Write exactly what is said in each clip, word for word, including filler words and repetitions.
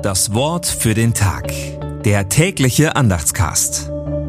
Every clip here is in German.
Das Wort für den Tag. Der tägliche Andachtscast.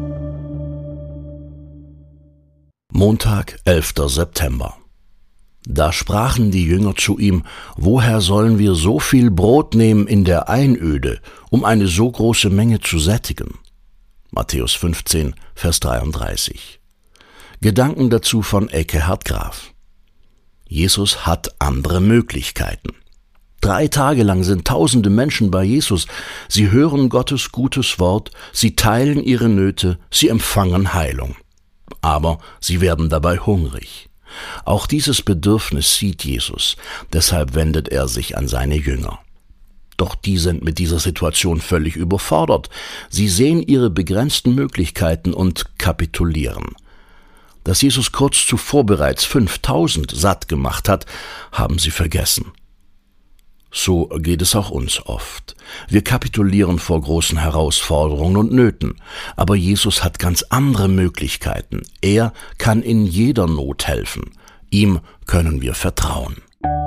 Montag, elfter September. Da sprachen die Jünger zu ihm: Woher sollen wir so viel Brot nehmen in der Einöde, um eine so große Menge zu sättigen? Matthäus fünfzehn, Vers dreiunddreißig. Gedanken dazu von Ekkehard Graf. Jesus hat andere Möglichkeiten. Drei Tage lang sind tausende Menschen bei Jesus. Sie hören Gottes gutes Wort, sie teilen ihre Nöte, sie empfangen Heilung. Aber sie werden dabei hungrig. Auch dieses Bedürfnis sieht Jesus, deshalb wendet er sich an seine Jünger. Doch die sind mit dieser Situation völlig überfordert. Sie sehen ihre begrenzten Möglichkeiten und kapitulieren. Dass Jesus kurz zuvor bereits fünftausend satt gemacht hat, haben sie vergessen. So geht es auch uns oft. Wir kapitulieren vor großen Herausforderungen und Nöten. Aber Jesus hat ganz andere Möglichkeiten. Er kann in jeder Not helfen. Ihm können wir vertrauen.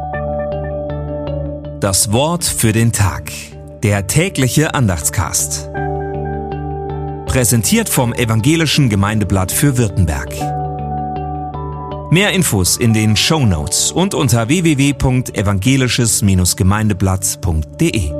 Das Wort für den Tag. Der tägliche Andachtscast. Präsentiert vom Evangelischen Gemeindeblatt für Württemberg. Mehr Infos in den Shownotes und unter w w w punkt evangelisches Gemeindeblatt punkt de.